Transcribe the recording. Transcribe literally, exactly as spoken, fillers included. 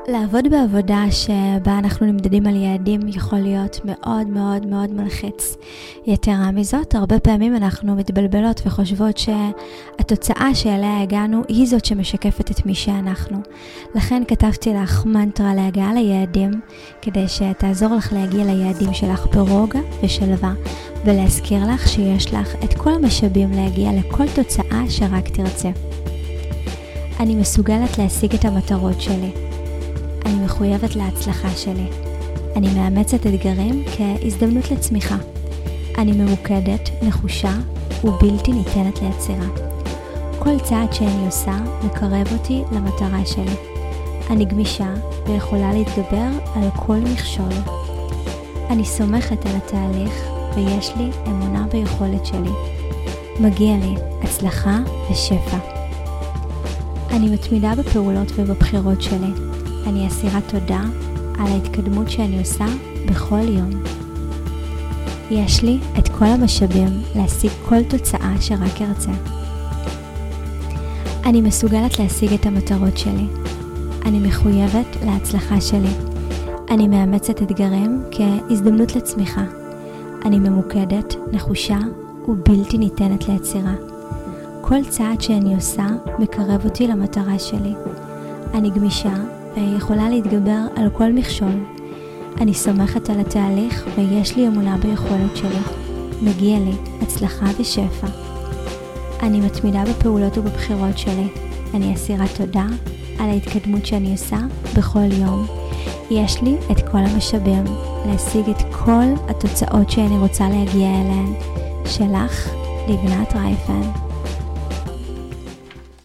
לעבוד בעבודה שבה אנחנו נמדדים על יעדים יכול להיות מאוד מאוד מאוד מלחיץ. יתרה מזאת, הרבה פעמים אנחנו מתבלבלות וחושבות שהתוצאה שאליה הגענו היא זאת שמשקפת את מי שאנחנו. לכן כתבתי לך מנטרה להגעה ליעדים, כדי שתעזור לך להגיע ליעדים שלך ברוגע ושלווה, ולהזכיר לך שיש לך את כל המשאבים להגיע לכל תוצאה שרק תרצה. אני מסוגלת להשיג את המטרות שלי. אני מחויבת להצלחה שלי. אני מאמצת אתגרים כהזדמנות לצמיחה. אני ממוקדת, נחושה ובלתי ניתנת ליצירה. כל צעד שאני עושה מקרב אותי למטרה שלי. אני גמישה ויכולה להתגבר על כל מכשול. אני סומכת על התהליך ויש לי אמונה ביכולת שלי. מגיע לי הצלחה ושפע. אני מתמידה בפעולות ובבחירות שלי. אני אסירת תודה על ההתקדמות שאני עושה בכל יום. יש לי את כל המשאבים להשיג כל תוצאה שרק ארצה. אני מסוגלת להשיג את המטרות שלי. אני מחויבת להצלחה שלי. אני מאמצת אתגרים כהזדמנות לצמיחה. אני ממוקדת, נחושה ובלתי ניתנת ליצירה. כל צעד שאני עושה מקרב אותי למטרה שלי. אני גמישה ויכולה להתגבר על כל מכשול. אני סומכת על התהליך ויש לי אמונה ביכולת שלי. מגיע לי הצלחה ושפע. אני מתמידה בפעולות ובבחירות שלי. אני אסירת תודה על ההתקדמות שאני עושה בכל יום. יש לי את כל המשאבים להשיג את כל התוצאות שאני רוצה להגיע אליהן. שלך, לבנת רייפן.